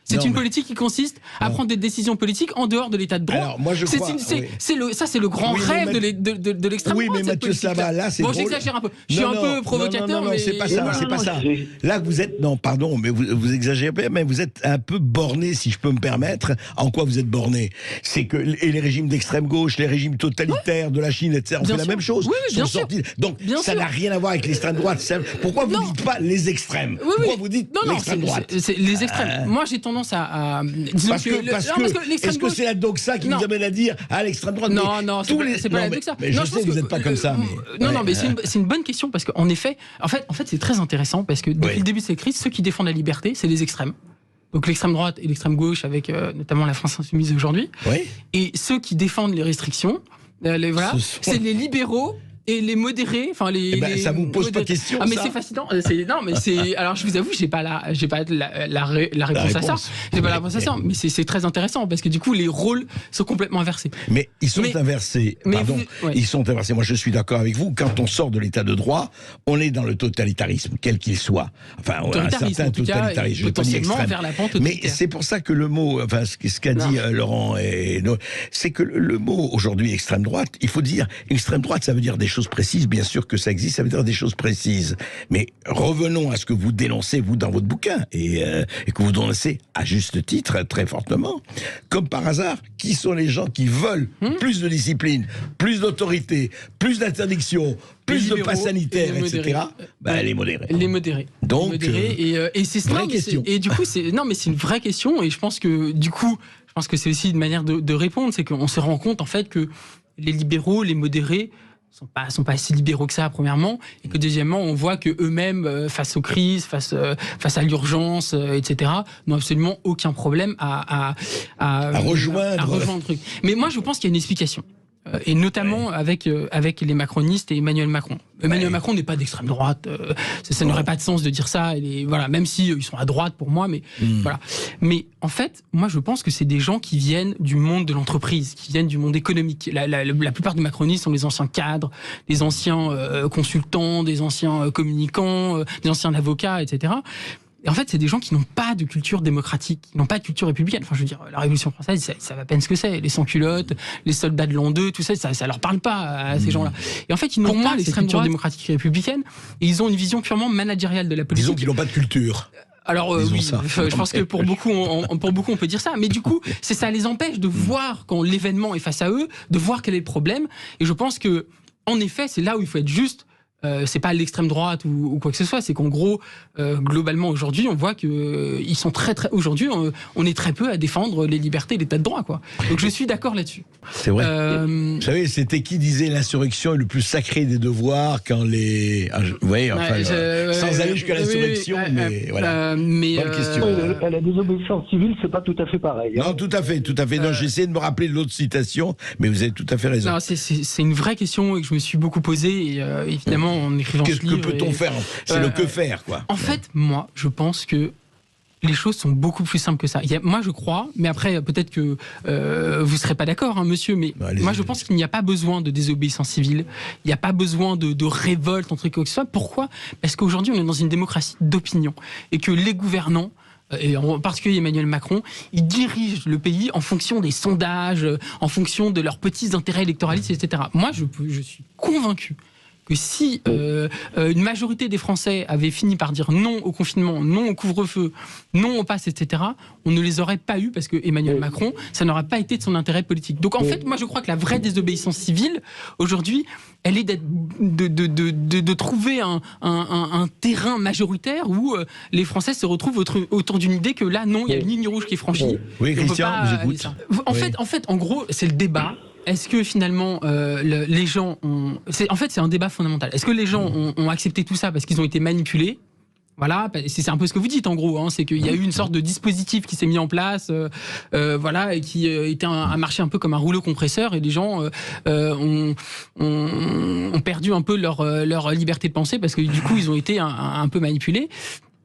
C'est Non, une mais... politique qui consiste à non. prendre des décisions politiques en dehors de l'état de droit. Alors, moi, je c'est, crois, c'est, oui. c'est le, ça, c'est le grand oui, rêve mais de, l'é- de, de, de l'extrême Oui, droite. mais Mathieu Slama, là, c'est bon, drôle. j'exagère un peu. Je suis non, un non, peu provocateur, non, non, non, mais c'est pas ça, voilà. c'est pas non, ça. c'est- Là, vous êtes, non, pardon, mais vous, vous exagérez pas, mais vous êtes un peu borné, si je peux me permettre. En quoi vous êtes borné? C'est que et les régimes d'extrême gauche, les régimes totalitaires de la Chine, et cetera, on Bien fait sûr. la même chose. Oui, oui, bien sont sûr. sortis. Donc, Bien ça sûr. n'a rien à voir avec l'extrême droite. Ça- Pourquoi vous Non. dites pas les extrêmes? Oui, oui. Pourquoi vous dites non, non, l'extrême c'est- droite? c'est- c'est les extrêmes. Euh. Moi, j'ai tendance à. à disons Parce que, le- parce non, que, parce que l'extrême est-ce que gauche- c'est la doxa qui Non. nous amène à dire à l'extrême droite? Non, mais non, c'est tous pas, les- c'est pas non, la mais- doxa. Mais je Non, sais pense que vous n'êtes pas comme ça. Mais... Non, Ouais, non, mais c'est euh, une, c'est une bonne question parce qu'en effet, en fait, en fait, c'est très intéressant parce que depuis Ouais. le début de cette crise, ceux qui défendent la liberté, c'est les extrêmes. Donc l'extrême droite et l'extrême gauche, avec euh, notamment la France insoumise aujourd'hui. Oui. Et ceux qui défendent les restrictions, euh, les, voilà, Ce sont- c'est les libéraux. Et les modérés, enfin les. Eh ben, les ça vous pose pas modérés. question, Ah mais ça c'est fascinant. C'est non mais c'est. Alors je vous avoue, j'ai pas la, j'ai pas la, la, ré- la réponse, à ça. réponse. J'ai pas la réponse à ça. Mais c'est, c'est très intéressant parce que du coup les rôles sont complètement inversés. Mais ils sont Mais- inversés. mais Pardon. vous- ouais. Ils sont inversés. Moi, je suis d'accord avec vous. Quand on sort de l'état de droit, on est dans le totalitarisme, quel qu'il soit. Enfin, un Autoritarisme, certain en tout cas, totalitarisme. Je vais pas dire potentiellement extrême. vers la pente Mais autoritaire. c'est pour ça que le mot, enfin, ce, ce qu'a Non. dit euh, Laurent, et, no, c'est que le, le mot aujourd'hui extrême droite, il faut dire extrême droite, ça veut dire des choses précises. Bien sûr que ça existe, ça veut dire des choses précises. Mais revenons à ce que vous dénoncez, vous, dans votre bouquin, et, euh, et que vous dénoncez à juste titre, très fortement. Comme par hasard, qui sont les gens qui veulent Hmm plus de discipline, plus d'autorité, plus d'interdiction, plus de libéraux pass sanitaire, et les et cetera. modérés. Ben, les modérés. Les modérés. Donc, Les modérés, euh, et, euh, et c'est vraie non, mais question. c'est- Et du coup, c'est non, mais c'est une vraie question. Et je pense que du coup, je pense que c'est aussi une manière de, de répondre, c'est qu'on se rend compte en fait que les libéraux, les modérés sont pas sont pas si libéraux que ça premièrement, et que deuxièmement on voit que eux-mêmes euh, face aux crises, face euh, face à l'urgence, euh, et cetera, n'ont absolument aucun problème à à, à, À rejoindre. à rejoindre le truc. Mais moi je pense qu'il y a une explication. Euh, et notamment avec euh, avec les macronistes et Emmanuel Macron. Emmanuel Ouais. Macron n'est pas d'extrême droite, euh, ça, ça n'aurait pas de sens de dire ça. Et les- voilà, même si euh, ils sont à droite pour moi, mais Hmm. voilà. Mais en fait, moi je pense que c'est des gens qui viennent du monde de l'entreprise, qui viennent du monde économique. La, la, la plupart des macronistes sont les anciens cadres, les anciens euh, consultants, des anciens euh, communicants, euh, des anciens avocats, et cetera. Et en fait, c'est des gens qui n'ont pas de culture démocratique, qui n'ont pas de culture républicaine. Enfin, je veux dire, la Révolution française, ça, ça va à peine ce que c'est. Les sans-culottes, les soldats de l'an deux, tout ça, ça, ça leur parle pas à ces gens-là. Et en fait, ils n'ont pas cette culture démocratique et républicaine. Et ils ont une vision purement managériale de la politique. Disons qu'ils n'ont pas de culture. Alors euh, Disons oui, ça. je pense que pour beaucoup, on, on- pour beaucoup, on peut dire ça. Mais du coup, c'est ça les empêche de voir quand l'événement est face à eux, de voir quel est le problème. Et je pense que, en effet, c'est là où il faut être juste. Euh, c'est pas l'extrême droite ou, ou quoi que ce soit, c'est qu'en gros, euh, globalement aujourd'hui, on voit que euh, ils sont très très. Aujourd'hui, on, on est très peu à défendre les libertés et l'état de droit, quoi. Donc je suis d'accord là-dessus. C'est vrai. Euh, Vous savez, c'était qui disait l'insurrection est le plus sacré des devoirs quand les. Ah, je- Vous voyez, enfin, ouais, je- euh, sans ouais, aller jusqu'à oui, l'insurrection, oui, mais euh, voilà. euh, mais, Bonne euh, question. Euh, La désobéissance civile, c'est pas tout à fait pareil. hein. Non, tout à fait, tout à fait. Non, Euh, j'essaie de me rappeler de l'autre citation, mais vous avez tout à fait raison. Non, c'est, c'est, c'est une vraie question et que je me suis beaucoup posée. Et euh, évidemment, en écrivant Qu'est-ce ce que livre. peut-on et- faire C'est Euh, le que faire, quoi. En fait, moi, je pense que les choses sont beaucoup plus simples que ça. Il y a- moi, je crois, mais après, peut-être que euh, vous ne serez pas d'accord, hein, monsieur, mais Bah, allez-y. moi, je pense qu'il n'y a pas besoin de désobéissance civile. Il n'y a pas besoin de, de révolte entre quoi que ce soit. Pourquoi ? Parce qu'aujourd'hui, on est dans une démocratie d'opinion et que les gouvernants, et en particulier Emmanuel Macron, ils dirigent le pays en fonction des sondages, en fonction de leurs petits intérêts électoralistes, et cetera. Moi, je, peux- je suis convaincu que si euh, euh, une majorité des Français avaient fini par dire non au confinement, non au couvre-feu, non au pass, et cetera, on ne les aurait pas eus parce que Emmanuel Macron, ça n'aurait pas été de son intérêt politique. Donc en fait, moi je crois que la vraie désobéissance civile, aujourd'hui, elle est d'être, de, de, de, de, de trouver un, un, un, un terrain majoritaire où euh, les Français se retrouvent autour, autour d'une idée que là, non, il y a une ligne rouge qui est franchie. Oui, Et on peut Christian, pas vous aller écoute. ça. En, Oui. fait, en fait, en gros, c'est le débat. Est-ce que finalement euh, le- les gens ont... C'est, en fait, c'est un débat fondamental. Est-ce que les gens ont, ont accepté tout ça parce qu'ils ont été manipulés ? Voilà, c'est c'est un peu ce que vous dites en gros, hein, c'est qu'il y a eu une sorte de dispositif qui s'est mis en place, euh, euh, voilà, et qui euh, était un, a marché un peu comme un rouleau compresseur, et les gens euh, euh, ont, ont, ont perdu un peu leur, euh, leur liberté de penser parce que du coup ils ont été un, un peu manipulés.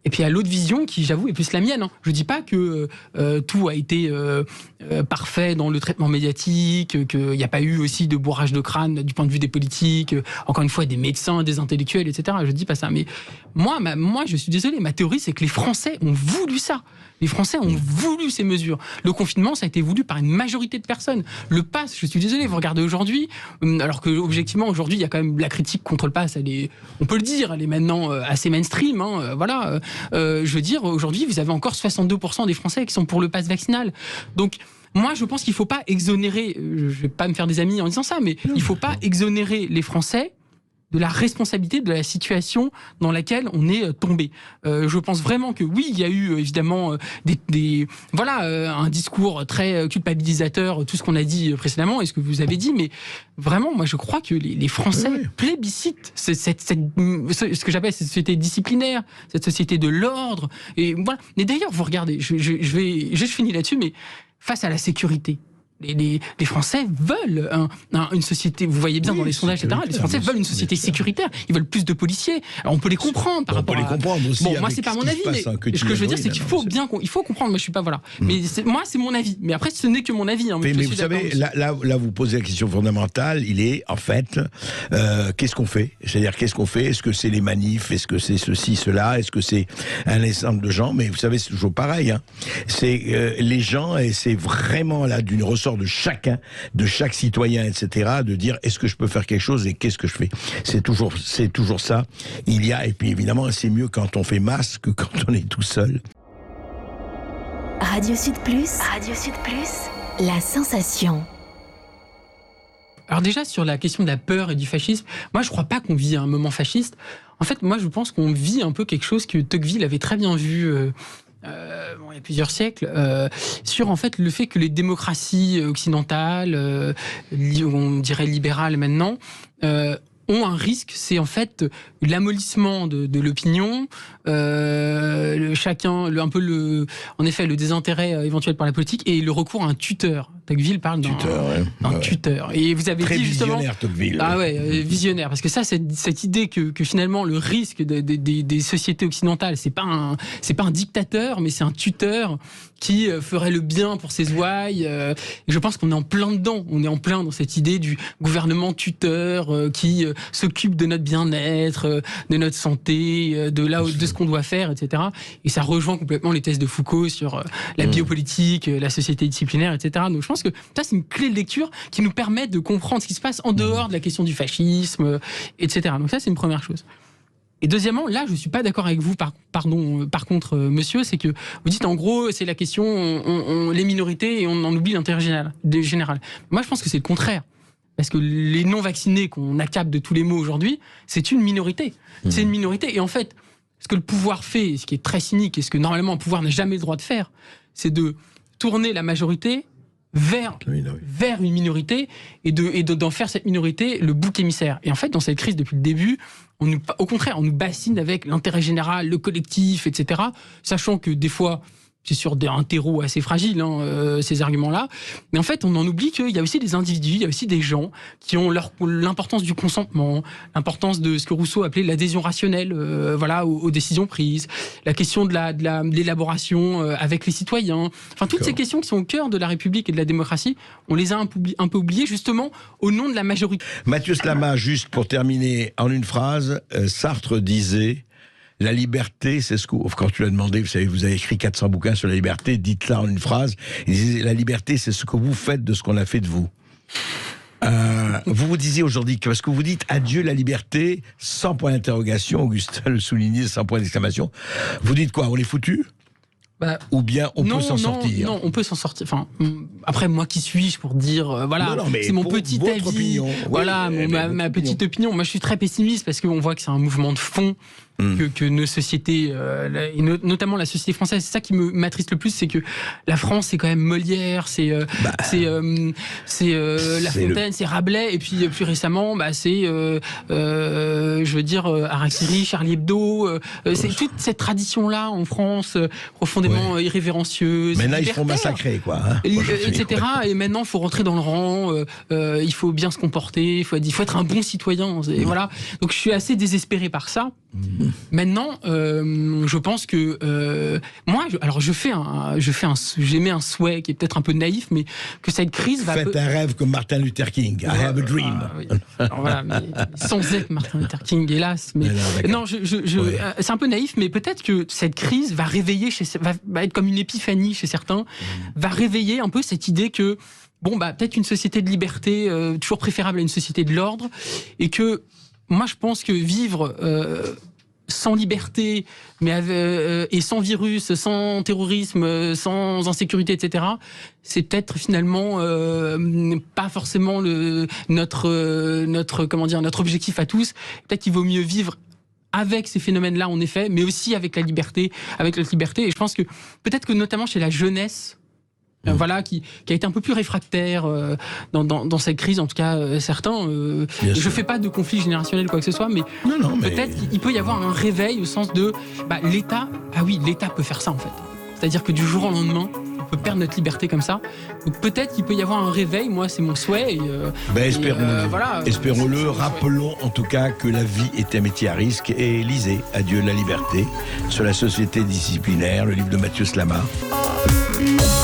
Et puis il y a l'autre vision qui, j'avoue, est plus la mienne. Hein. Je dis pas que euh, tout a été euh, euh, parfait dans le traitement médiatique, qu'il n'y a pas eu aussi de bourrage de crâne du point de vue des politiques, euh, encore une fois des médecins, des intellectuels, et cetera. Je dis pas ça. Mais moi, ma, moi, je suis désolé, ma théorie, c'est que les Français ont voulu ça. Les Français ont voulu ces mesures. Le confinement, ça a été voulu par une majorité de personnes. Le pass, je suis désolé, vous regardez aujourd'hui, alors que objectivement, aujourd'hui, il y a quand même la critique contre le pass. Elle est, on peut le dire, elle est maintenant assez mainstream. Hein, voilà. Euh, je veux dire, aujourd'hui, vous avez encore soixante-deux pour cent des Français qui sont pour le pass vaccinal. Donc, moi, je pense qu'il ne faut pas exonérer, je ne vais pas me faire des amis en disant ça, mais il ne faut pas exonérer les Français de la responsabilité de la situation dans laquelle on est tombé. Euh, je pense vraiment que oui, il y a eu évidemment des, des voilà euh, un discours très culpabilisateur, tout ce qu'on a dit précédemment et ce que vous avez dit, mais vraiment, moi, je crois que les, les Français oui. plébiscitent cette, cette, cette, ce que j'appelle cette société disciplinaire, cette société de l'ordre. Et voilà. Mais d'ailleurs, vous regardez, je, je, je vais, je, je finis là-dessus, mais face à la sécurité. Les, les, les Français veulent un, un, une société, vous voyez bien oui, dans les sondages, et cetera. Les Français veulent une société sécuritaire. Ils veulent plus de policiers. Alors on peut les comprendre par on rapport peut les comprendre aussi. Bon, moi c'est pas mon avis, mais ce que, que je veux dire, c'est qu'il faut bien, il faut comprendre. Moi je suis pas voilà. Mmh. Mais c'est, moi c'est mon avis. Mais après ce n'est que mon avis. Hein, mais, mais vous savez, là, là, là vous posez la question fondamentale. Il est en fait, euh, qu'est-ce qu'on fait ? C'est-à-dire qu'est-ce qu'on fait ? Est-ce que c'est les manifs ? Est-ce que c'est ceci, cela ? Est-ce que c'est un ensemble de gens ? Mais vous savez, c'est toujours pareil. Hein. C'est euh, les gens et c'est vraiment là d'une ressort de chacun. De chaque citoyen, et cetera, de dire est-ce que je peux faire quelque chose et qu'est-ce que je fais. C'est toujours, c'est toujours ça. Il y a, et puis évidemment, c'est mieux quand on fait masse que quand on est tout seul. Radio Sud Plus, Radio Sud Plus, la sensation. Alors déjà, sur la question de la peur et du fascisme, moi je crois pas qu'on vit un moment fasciste. En fait, moi je pense qu'on vit un peu quelque chose que Tocqueville avait très bien vu euh, Euh, bon, il y a plusieurs siècles, euh, sur en fait le fait que les démocraties occidentales, euh, on dirait libérales maintenant, euh, ont un risque, c'est en fait l'amollissement de, de l'opinion, euh, le, chacun, le, un peu le, en effet, le désintérêt euh, éventuel par la politique et le recours à un tuteur. Tocqueville parle d'un, tuteur, ouais. d'un ouais. tuteur. Et vous avez Très dit justement, visionnaire, Tocqueville. ah ouais, euh, visionnaire, parce que ça, c'est cette idée que, que finalement le risque de, de, de, des sociétés occidentales, c'est pas un, c'est pas un dictateur, mais c'est un tuteur qui euh, ferait le bien pour ses ouailles. Euh, et je pense qu'on est en plein dedans. On est en plein dans cette idée du gouvernement tuteur euh, qui euh, s'occupe de notre bien-être, euh, de notre santé, euh, de là, de ce qu'on doit faire, et cetera. Et ça rejoint complètement les thèses de Foucault sur euh, la mmh. biopolitique, euh, la société disciplinaire, et cetera. Donc je pense que ça, c'est une clé de lecture qui nous permet de comprendre ce qui se passe en dehors de la question du fascisme, euh, et cetera. Donc ça, c'est une première chose. Et deuxièmement, là, je ne suis pas d'accord avec vous, par, pardon, euh, par contre, euh, monsieur, c'est que vous dites en gros, c'est la question, on, on, les minorités et on en oublie l'intérêt général, général. Moi, je pense que c'est le contraire. Parce que les non-vaccinés qu'on accable de tous les mots aujourd'hui, c'est une minorité. Mmh. C'est une minorité. Et en fait, ce que le pouvoir fait, ce qui est très cynique, et ce que normalement un pouvoir n'a jamais le droit de faire, c'est de tourner la majorité vers, vers une minorité et, de, et de, d'en faire cette minorité le bouc émissaire. Et en fait, dans cette crise, depuis le début, on nous, au contraire, on nous bassine avec l'intérêt général, le collectif, et cetera, sachant que des fois, c'est sur un terreau assez fragile, hein, euh, ces arguments-là. Mais en fait, on en oublie qu'il y a aussi des individus, il y a aussi des gens qui ont leur, l'importance du consentement, l'importance de ce que Rousseau appelait l'adhésion rationnelle, euh, voilà, aux, aux décisions prises, la question de, la, de, la, de l'élaboration euh, avec les citoyens. Enfin, toutes D'accord. ces questions qui sont au cœur de la République et de la démocratie, on les a un peu, un peu oubliées, justement, au nom de la majorité. Mathieu Slama, juste pour terminer en une phrase, euh, Sartre disait... La liberté, c'est ce que... Quand tu l'as demandé, vous savez, vous avez écrit quatre cents bouquins sur la liberté, dites-la en une phrase. Il disait, la liberté, c'est ce que vous faites de ce qu'on a fait de vous. Euh, vous vous disiez aujourd'hui, parce que vous dites adieu la liberté, sans point d'interrogation, Augustin le soulignait, sans point d'exclamation. Vous dites quoi, on est foutus ? Bah, ou bien on non, peut s'en non, sortir. Non, on peut s'en sortir. Enfin, après, moi qui suis-je pour dire, euh, voilà, non, non, c'est mon petit avis. Opinion. Voilà, oui, mon, ma, ma petite opinion. Moi, je suis très pessimiste parce qu'on voit que c'est un mouvement de fond. Mmh. Que, que nos sociétés, euh, et no, notamment la société française, c'est ça qui me m'attriste le plus, c'est que la France, c'est quand même Molière, c'est euh, bah, c'est euh, c'est euh, La c'est Fontaine, le... c'est Rabelais, et puis plus récemment, bah c'est euh, euh, je veux dire Harakiri, Charlie Hebdo, euh, c'est toute cette tradition là en France euh, profondément ouais. irrévérencieuse. Maintenant ils se font massacrer quoi, hein, et cetera. Ouais. Et maintenant il faut rentrer dans le rang, euh, euh, il faut bien se comporter, il faut il faut être un bon citoyen. Et voilà. Donc je suis assez désespéré par ça. Mmh. Maintenant, euh, je pense que euh, moi, je, alors je fais un, je fais un, j'émets un souhait qui est peut-être un peu naïf, mais que cette crise va. Faites peu... un rêve comme Martin Luther King. I have a dream. Ah, oui. Alors voilà, mais sans être Martin Luther King, hélas. Mais, mais non, non je, je, je, ouais. c'est un peu naïf, mais peut-être que cette crise va réveiller, chez, va, va être comme une épiphanie chez certains, mmh. va réveiller un peu cette idée que bon, bah peut-être une société de liberté euh, toujours préférable à une société de l'ordre, et que moi, je pense que vivre euh, sans liberté, mais avec, euh, et sans virus, sans terrorisme, sans insécurité, et cetera, c'est peut-être finalement euh, pas forcément le, notre, euh, notre, comment dire, notre objectif à tous. Peut-être qu'il vaut mieux vivre avec ces phénomènes-là, en effet, mais aussi avec la liberté, avec la liberté. Et je pense que peut-être que notamment chez la jeunesse, Euh, voilà, qui, qui a été un peu plus réfractaire euh, dans, dans, dans cette crise, en tout cas euh, certains. Euh, je ne fais pas de conflit générationnel, quoi que ce soit, mais, non, non, mais... peut-être qu'il peut y avoir un réveil au sens de bah, l'État. Ah oui, l'État peut faire ça en fait. C'est-à-dire que du jour au lendemain, on peut perdre notre liberté comme ça. Donc peut-être qu'il peut y avoir un réveil. Moi, c'est mon souhait. Et, euh, ben, espérons-le. Euh, voilà, espérons-le. C'est, c'est Rappelons en tout cas que la vie est un métier à risque. Et lisez Adieu la liberté sur la société disciplinaire, le livre de Mathieu Slama.